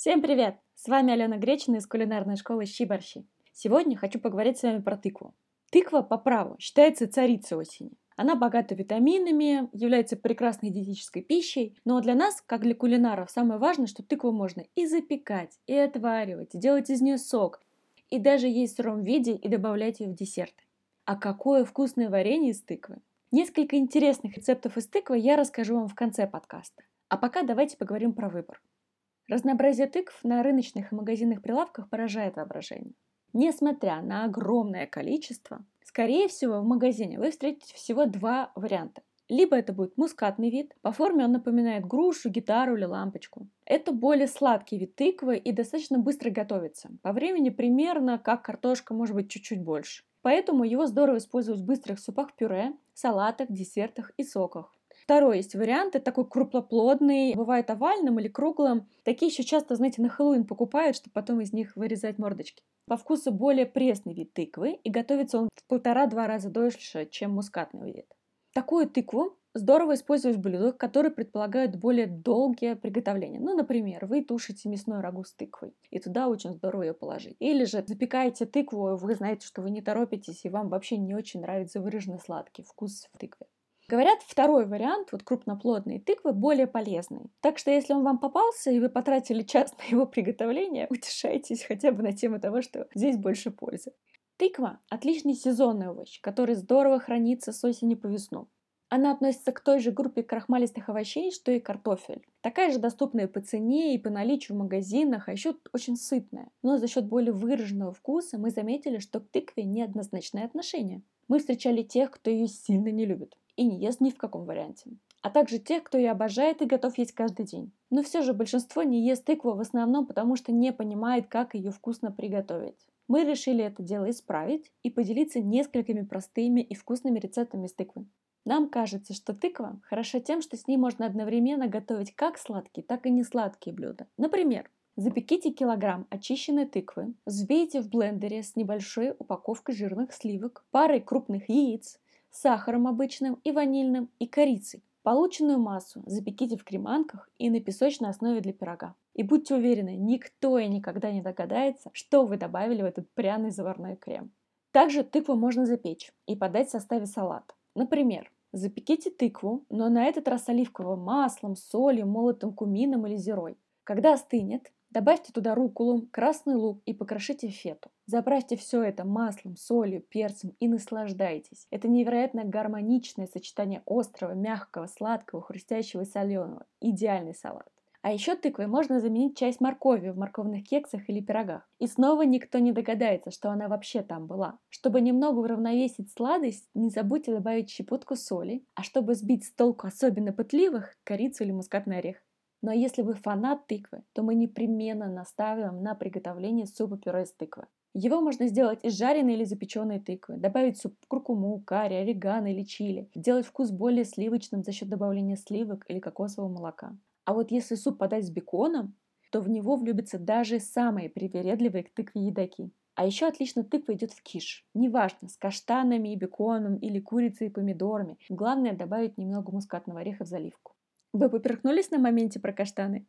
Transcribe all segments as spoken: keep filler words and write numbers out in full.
Всем привет! С вами Алена Гречина из кулинарной школы Щи-борщи. Сегодня хочу поговорить с вами про тыкву. Тыква по праву считается царицей осени. Она богата витаминами, является прекрасной диетической пищей, но для нас, как для кулинаров, самое важное, что тыкву можно и запекать, и отваривать, и делать из нее сок, и даже есть в сыром виде и добавлять ее в десерты. А какое вкусное варенье из тыквы! Несколько интересных рецептов из тыквы я расскажу вам в конце подкаста. А пока давайте поговорим про выбор. Разнообразие тыкв на рыночных и магазинных прилавках поражает воображение. Несмотря на огромное количество, скорее всего, в магазине вы встретите всего два варианта. Либо это будет мускатный вид, по форме он напоминает грушу, гитару или лампочку. Это более сладкий вид тыквы и достаточно быстро готовится. По времени примерно как картошка, может быть чуть-чуть больше. Поэтому его здорово использовать в быстрых супах-пюре, салатах, десертах и соках. Второй есть вариант, это такой крупноплодный, бывает овальным или круглым. Такие еще часто, знаете, на Хэллоуин покупают, чтобы потом из них вырезать мордочки. По вкусу более пресный вид тыквы, и готовится он в полтора-два раза дольше, чем мускатный вид. Такую тыкву здорово использовать в блюдах, которые предполагают более долгие приготовления. Ну, например, вы тушите мясной рагу с тыквой, и туда очень здорово ее положить. Или же запекаете тыкву, вы знаете, что вы не торопитесь, и вам вообще не очень нравится выраженный сладкий вкус в тыкве. Говорят, второй вариант, вот крупноплодные тыквы, более полезный. Так что если он вам попался, и вы потратили час на его приготовление, утешайтесь хотя бы на тему того, что здесь больше пользы. Тыква – отличный сезонный овощ, который здорово хранится с осени по весну. Она относится к той же группе крахмалистых овощей, что и картофель. Такая же доступная по цене и по наличию в магазинах, а еще очень сытная. Но за счет более выраженного вкуса мы заметили, что к тыкве неоднозначное отношение. Мы встречали тех, кто ее сильно не любит и не ест ни в каком варианте, а также тех, кто ее обожает и готов есть каждый день. Но все же большинство не ест тыкву в основном потому, что не понимает, как ее вкусно приготовить. Мы решили это дело исправить и поделиться несколькими простыми и вкусными рецептами из тыквы. Нам кажется, что тыква хороша тем, что с ней можно одновременно готовить как сладкие, так и несладкие блюда. Например, запеките килограмм очищенной тыквы, взбейте в блендере с небольшой упаковкой жирных сливок, парой крупных яиц, сахаром обычным и ванильным и корицей. Полученную массу запеките в креманках и на песочной основе для пирога. И будьте уверены, никто и никогда не догадается, что вы добавили в этот пряный заварной крем. Также тыкву можно запечь и подать в составе салата. Например, запеките тыкву, но на этот раз с оливковым маслом, солью, молотым кумином или зирой. Когда остынет, добавьте туда рукколу, красный лук и покрошите в фету. Заправьте все это маслом, солью, перцем и наслаждайтесь. Это невероятно гармоничное сочетание острого, мягкого, сладкого, хрустящего и соленого. Идеальный салат. А еще тыквой можно заменить часть моркови в морковных кексах или пирогах. И снова никто не догадается, что она вообще там была. Чтобы немного уравновесить сладость, не забудьте добавить щепотку соли, а чтобы сбить с толку особенно пытливых, корицу или мускатный орех. Но если вы фанат тыквы, то мы непременно наставим на приготовление супа-пюре из тыквы. Его можно сделать из жареной или запеченной тыквы, добавить в суп куркуму, карри, орегано или чили, сделать вкус более сливочным за счет добавления сливок или кокосового молока. А вот если суп подать с беконом, то в него влюбятся даже самые привередливые к тыкве едоки. А еще отлично тыква идет в киш. Неважно, с каштанами и беконом или курицей и помидорами. Главное добавить немного мускатного ореха в заливку. Вы поперхнулись на моменте про каштаны?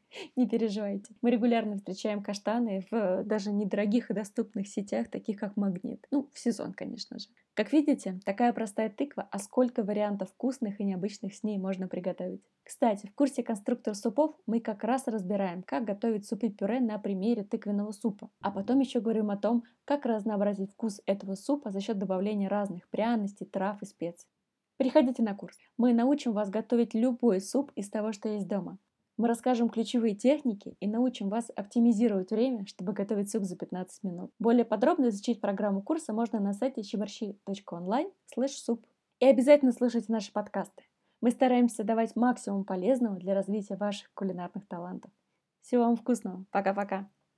Не переживайте. Мы регулярно встречаем каштаны в даже недорогих и доступных сетях, таких как Магнит. Ну, в сезон, конечно же. Как видите, такая простая тыква, а сколько вариантов вкусных и необычных с ней можно приготовить. Кстати, в курсе «Конструктор супов» мы как раз разбираем, как готовить супы-пюре на примере тыквенного супа. А потом еще говорим о том, как разнообразить вкус этого супа за счет добавления разных пряностей, трав и специй. Приходите на курс. Мы научим вас готовить любой суп из того, что есть дома. Мы расскажем ключевые техники и научим вас оптимизировать время, чтобы готовить суп за пятнадцать минут. Более подробно изучить программу курса можно на сайте щиборщи точка онлайн слэш суп. И обязательно слушайте наши подкасты. Мы стараемся давать максимум полезного для развития ваших кулинарных талантов. Всего вам вкусного. Пока-пока.